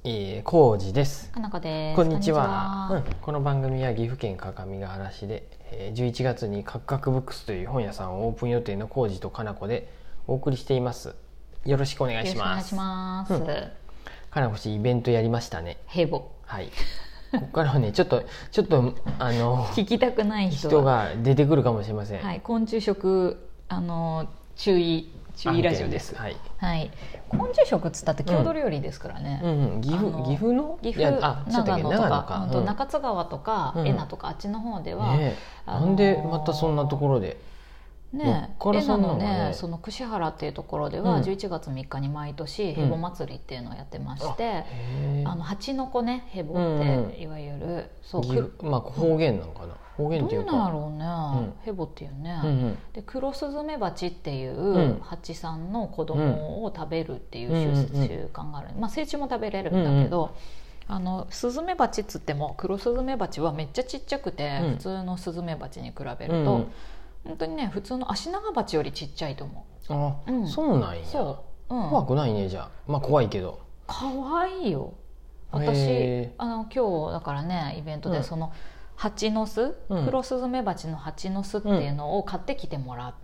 浩二です。 かなこです。 こんにちは。この番組は岐阜県各務原市で11月にカクカクブックスという本屋さんをオープン予定の浩二とかなこでお送りしています。よろしくお願いします。かなこ氏イベントやりましたね。 ヘボ。 はい。ここからはねちょっと聞きたくない人が出てくるかもしれません。 はい。昆虫食注意ラジオです。 はい。 はい。昆虫食っつったって郷土料理ですからね。 岐阜の長野とか、中津川とか恵那とかあっちの方では、 なんでまたそんなところで。 ね、恵那のね、その串原っていうところでは11月3日に毎年ヘボ祭りっていうのをやってまして、蜂の子ね、ヘボっていわゆる方言なのかな。方言っていうかどうなんだろうね、ヘボっていうね、でクロスズメバチっていう蜂さんの子供を食べるっていう習慣がある、成虫も食べれるんだけど、スズメバチっつってもクロスズメバチはめっちゃちっちゃくて、普通のスズメバチに比べると、本当にね、普通のアシナガバチよりちっちゃいと思う。 そうなんや。怖くないね。じゃあ怖いけど可愛いよ。私今日だからね、イベントでその蜂の巣、クロスズメバチの蜂の巣っていうのを買ってきてもらって、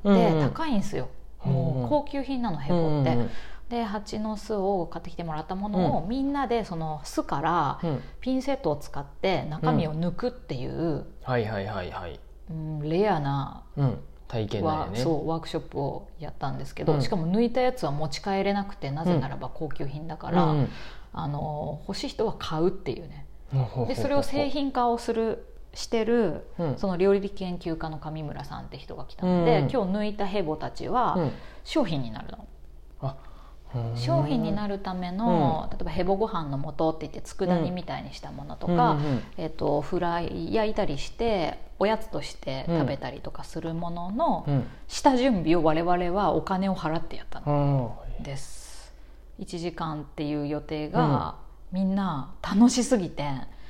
高いんすよ。もう高級品なの、ヘボって。で蜂の巣を買ってきてもらったものを、みんなでその巣からピンセットを使って中身を抜くっていう、レアな体験だよね。 そうワークショップをやったんですけど、しかも抜いたやつは持ち帰れなくて、なぜならば高級品だから、欲しい人は買うっていうね。でそれを製品化をしてる、その料理研究家の上村さんって人が来たので、今日抜いたヘボたちは商品になるの。商品になるための、例えばヘボご飯の素って言って佃煮みたいにしたものとか、フライ焼いたりしておやつとして食べたりとかするものの下準備を我々はお金を払ってやったのです。1時間っていう予定が、みんな楽しすぎて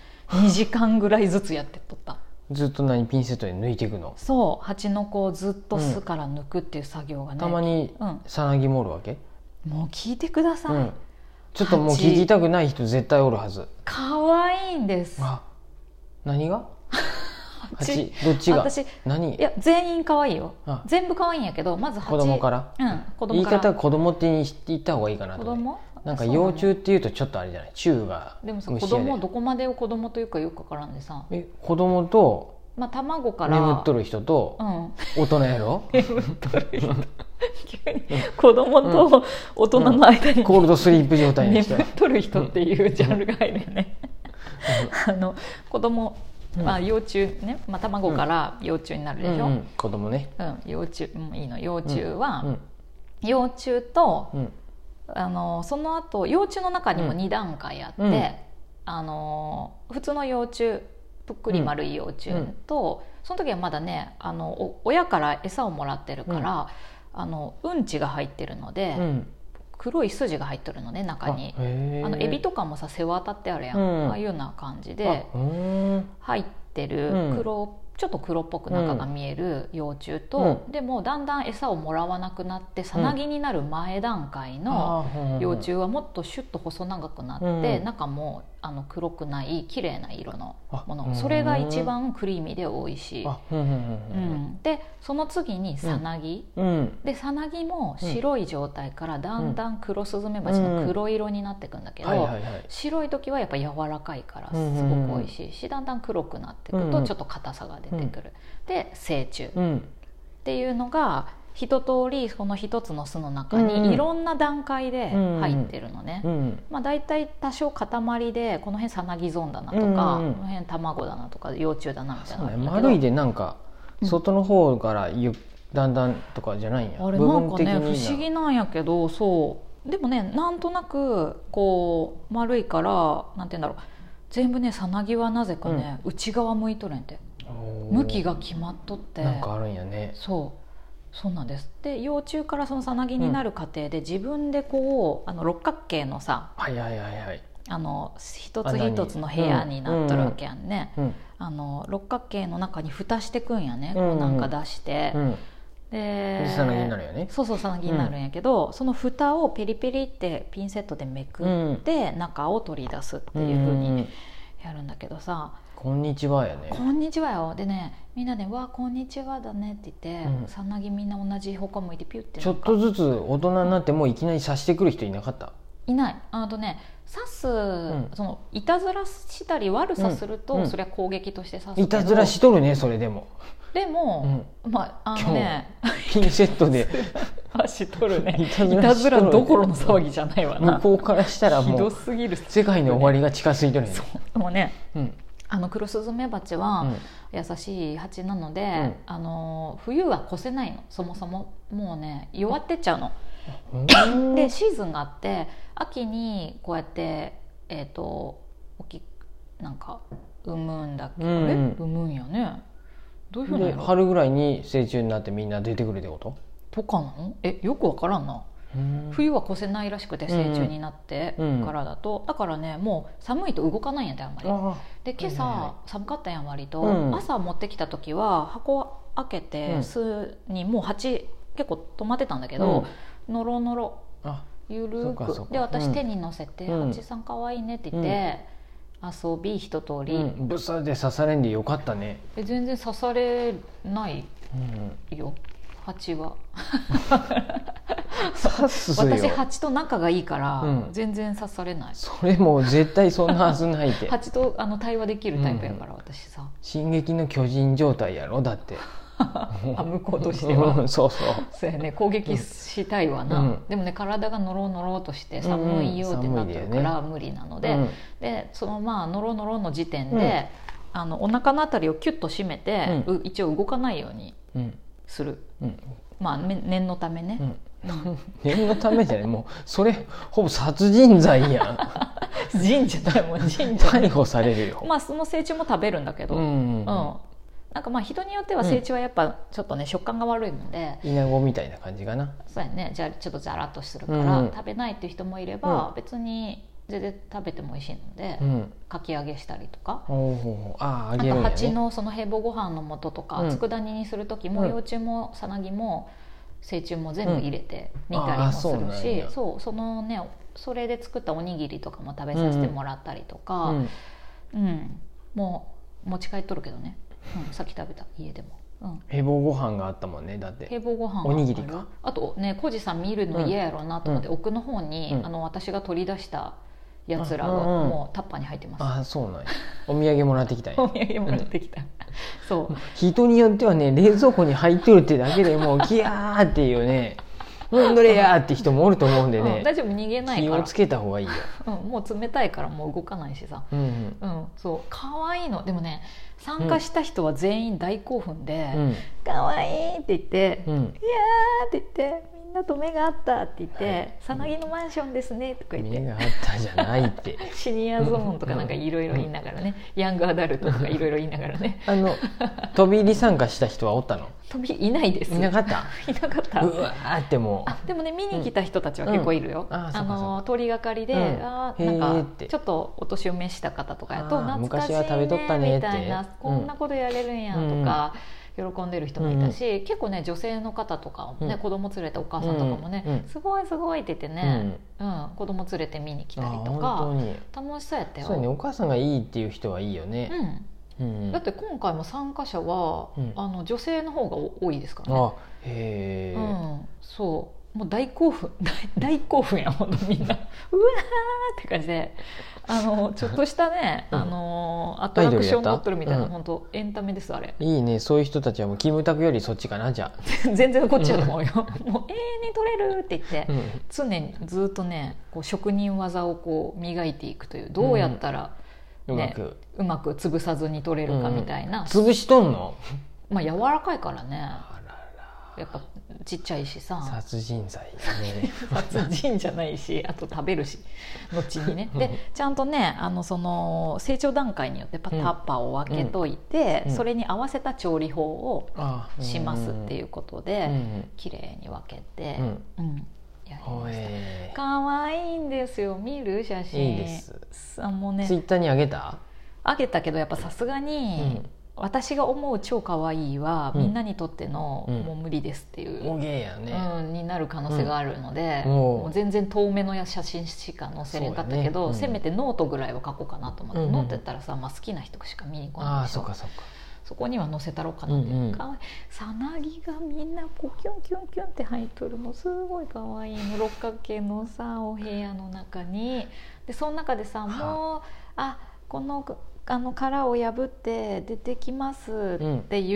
2時間ぐらいずつやってっとった。 ずっとピンセットで抜いていくの？ そう、蜂の子をずっと巣から抜くっていう作業がね。 たまにさなぎもおるわけ？ もう聞いてください、 ちょっともう聞きたくない人絶対おるはず。 可愛いんです。 何が？蜂どっちが？ 私いや全員可愛いよ。全部可愛いんやけど、まず子供から。言い方は子供って言った方がいいかなと。 子供？ なんか幼虫っていうとちょっとあれじゃない？虫が。 でもさ、子供どこまでを子供というかよくわからんでさ。 子供と卵から眠っとる人と大人やろ？ 眠っとる人。急に子供と大人の間にコールドスリープ状態の人、 眠っとる人っていうジャンルが入るよね。子供、幼虫ね、卵から幼虫になるでしょ。 子供ね。 幼虫いいの。幼虫は幼虫とその後幼虫の中にも2段階あって、普通の幼虫、ぷっくり丸い幼虫と、その時はまだね、親から餌をもらってるから、うんちが入ってるので、黒い筋が入ってるのね、中に。エビとかもさ、背わたってあるやん、ああいうような感じで入ってるちょっと黒っぽく中が見える幼虫と、でもだんだん餌をもらわなくなってさなぎになる前段階の幼虫はもっとシュッと細長くなって、中も黒くない綺麗な色のもの、それが一番クリーミーで美味しい。でその次にさなぎ、でさなぎも白い状態からだんだんクロスズメバチの黒色になっていくんだけど、白い時はやっぱ柔らかいからすごく美味しいし、だんだん黒くなっていくとちょっと硬さが出てくる。で成虫っていうのが一通りこの一つの巣の中にいろんな段階で入ってるのね。だいたい多少塊でこの辺さなぎゾーンだなとか、この辺卵だなとか幼虫だなみたいな。 丸いでなんか外の方からだんだんとかじゃないんや。 あれなんかね、不思議なんやけど、そうでもね、なんとなくこう丸いから、なんて言うんだろう、全部ね、さなぎはなぜかね、内側向いとるんやて。向きが決まっとって、 なんかあるんやね。 そうなんです。で幼虫からそのさなぎになる過程で、自分でこう六角形のさ、一つ一つの部屋になっとるわけやんね。六角形の中に蓋してくんやね、こうなんか出して、 でさなぎになるよね。 そうそう、さなぎになるんやけど、その蓋をペリペリってピンセットでめくって中を取り出すっていう風にやるんだけどさ、 こんにちはやね。 こんにちはよ。でね、みんなでわこんにちはだねって言って、さなぎみんな同じ方向向いてピュってちょっとずつ大人になってもいきなり刺してくる人いなかった？ いない。刺す、そのいたずらしたり悪さすると、それは攻撃として刺すけど、 いたずらしとるねそれでも。 まあピンセットでしとるね。いたずらどころの騒ぎじゃないわな。 向こうからしたらもうひどすぎる世界の終わりが近づいてるね。 でもね、クロスズメバチは優しい蜂なので、冬は越せないの。そもそももうね弱ってっちゃうの。でシーズンがあって、秋にこうやってなんか産むんだっけ、産むんやね。どういうふうな春ぐらいに成虫になってみんな出てくるってこと？ とかなの？よくわからんな。冬は越せないらしくて、成虫になってからだと、だからねもう寒いと動かないんやって、あんまり。で今朝寒かったやん割と、朝持ってきた時は箱開けて巣にもう蜂結構止まってたんだけど、ノロノロゆるくで、私手に乗せて「蜂さんかわいいね」って言って、遊び一通り、 ブサで刺されんでよかったね。 全然刺されないよ、蜂は。 刺すよ。 私蜂と仲がいいから、全然刺されない。 それも絶対そんなはずないで。 蜂と対話できるタイプやから、私さ。 進撃の巨人状態やろだって。 向こうとしては。 そうやね、攻撃したいわな。でもね、体がノロノロとして寒いよってなってるから無理なので、でそのノロノロの時点で、お腹のあたりをキュッと締めて、一応動かないようにする。念のためね。 念のためじゃない、もうそれほぼ殺人罪やん。 人じゃないもん、 逮捕されるよ。 その成虫も食べるんだけど、なんか人によっては成虫はやっぱちょっとね食感が悪いので、 イナゴみたいな感じかな。 そうやね、じゃあちょっとザラッとするから食べないっていう人もいれば、別に全然食べても美味しいので、かき揚げしたりとか、あと蜂のそのヘボご飯の素とか佃煮にする時も、幼虫もさなぎも成虫も全部入れて煮たりもするし、そのねそれで作ったおにぎりとかも食べさせてもらったりとか、もう持ち帰っとるけどね。さっき食べた家でも、 ヘボご飯があったもんね。だってヘボご飯おにぎりか。 あとね、コジさん見るの嫌やろうなと思って、奥の方に私が取り出したやつらがもうタッパーに入ってます。 そうなんや。お土産もらってきたんや。 お土産もらってきた。そう人によってはね、冷蔵庫に入ってるってだけでもうギヤーっていうね、どれやって人もおると思うんでね、 大丈夫、逃げないから気をつけた方がいいよ。 もう冷たいからもう動かないしさ。そう可愛いの。でもね、参加した人は全員大興奮で「可愛いって言って「いやー」って言って「みんなと目が合った」って言って「さなぎのマンションですね」とか言って、 目が合ったじゃないってシニアゾーンとかなんかいろいろ言いながらね、ヤングアダルトとかいろいろ言いながらね。 飛び入り参加した人はおったの？ いないです。 いなかった。 いなかった。 うわーってもう。 でもね、見に来た人たちは結構いるよ。通りがかりで、なんかちょっとお年を召した方とかやと懐かしいねみたいな、こんなことやれるんやとか喜んでる人もいたし、結構ね女性の方とかね、子供連れたお母さんとかもね、すごいすごいって言ってね、子供連れて見に来たりとか楽しそうやったよ。 そうね、お母さんがいいっていう人はいいよね。 だって今回も参加者は女性の方が多いですからね。 へえ。 そうもう大興奮大興奮や、本当みんなうわーって感じで、ちょっとしたね、アトラクション乗っとるみたいな、本当エンタメですあれ。 いいね、そういう人たちはもうキムタクよりそっちかな。じゃあ全然こっちやと思うよ。もう永遠に取れるって言って、常にずっとねこう職人技をこう磨いていくという、どうやったらうまく潰さずに取れるかみたいな。 潰しとんの？ 柔らかいからね、やっぱちっちゃいしさ。 殺人罪ね。 殺人じゃないし、あと食べるし後にね。でちゃんとねその成長段階によってタッパーを分けといて、それに合わせた調理法をしますっていうことで綺麗に分けてやりました。可愛いんですよ。見る写真。 いいです。 もうね、 ツイッターにあげた？ あげたけどやっぱさすがに、 私が思う超可愛いは、みんなにとっての、もう無理ですっていう、 おげやね、 になる可能性があるので、もう全然遠目の写真しか載せれんかったけど、せめてノートぐらいは書こうかなと思って、ノートやったらさ、好きな人しか見に来ないでしょ。そこには載せたろうかなって、さなぎがみんなこうキュンキュンキュンって入っとるのすごい可愛いの、六角形のさお部屋の中に。でその中でさ、もうこの殻を破って出てきますっていう、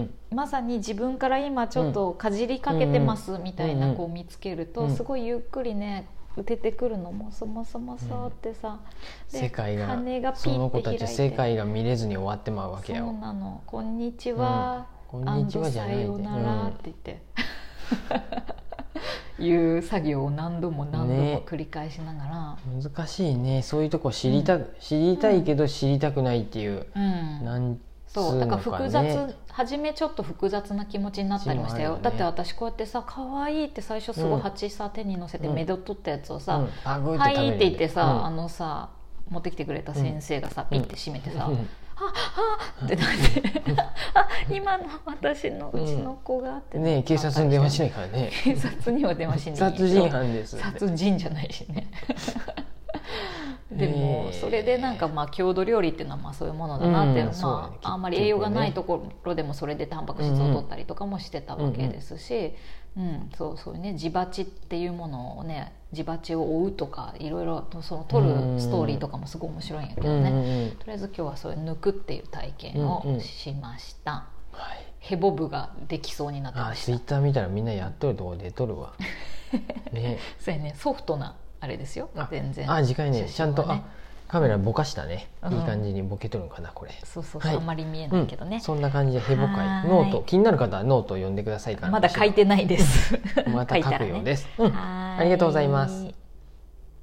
まさに自分から今ちょっとかじりかけてますみたいな子を見つけると、すごいゆっくりね出てくるのもそもそもそうってさ、 世界が羽がピそのッて開いて、 子たち世界が見れずに終わってまうわけよ。 そうなの。こんにちは、 こんにちはじゃないで、 さようならって言って、いう作業を何度も何度も繰り返しながら、 難しいね。そういうとこ知りたいけど知りたくないっていう、なんそうだから複雑、初めちょっと複雑な気持ちになったりましたよ。だって私こうやってさ、可愛いって最初すごい鉢さ、手に乗せてめどっとったやつをさ、はいって言ってさ、さ持ってきてくれた先生がさ、ピッて閉めてさ、ってなって今の私のうちの子がってね、警察に電話しないからね。 警察には電話しない。 殺人犯です。 殺人じゃないしね。でもそれでなんか郷土料理っていうのはまあそういうものだなっていうのは、あんまり栄養がないところでもそれでタンパク質を取ったりとかもしてたわけですし、そうね、地鉢っていうものをね、地鉢を追うとかいろいろその取るストーリーとかもすごい面白いんやけどね、とりあえず今日はそういう抜くっていう体験をしました。ヘボ部ができそうになってました。 ツイッター見たらみんなやっとるとこ出とるわ。ね、 そうやね、ソフトなあれですよ。全然次回ね、ちゃんとカメラぼかしたね、いい感じにボケとるのかなこれ。 そうそう、あんまり見えないけどね。 そんな感じでヘボ会ノート、気になる方はノートを読んでくださいから。 まだ書いてないです。 また書くようです。ありがとうございます。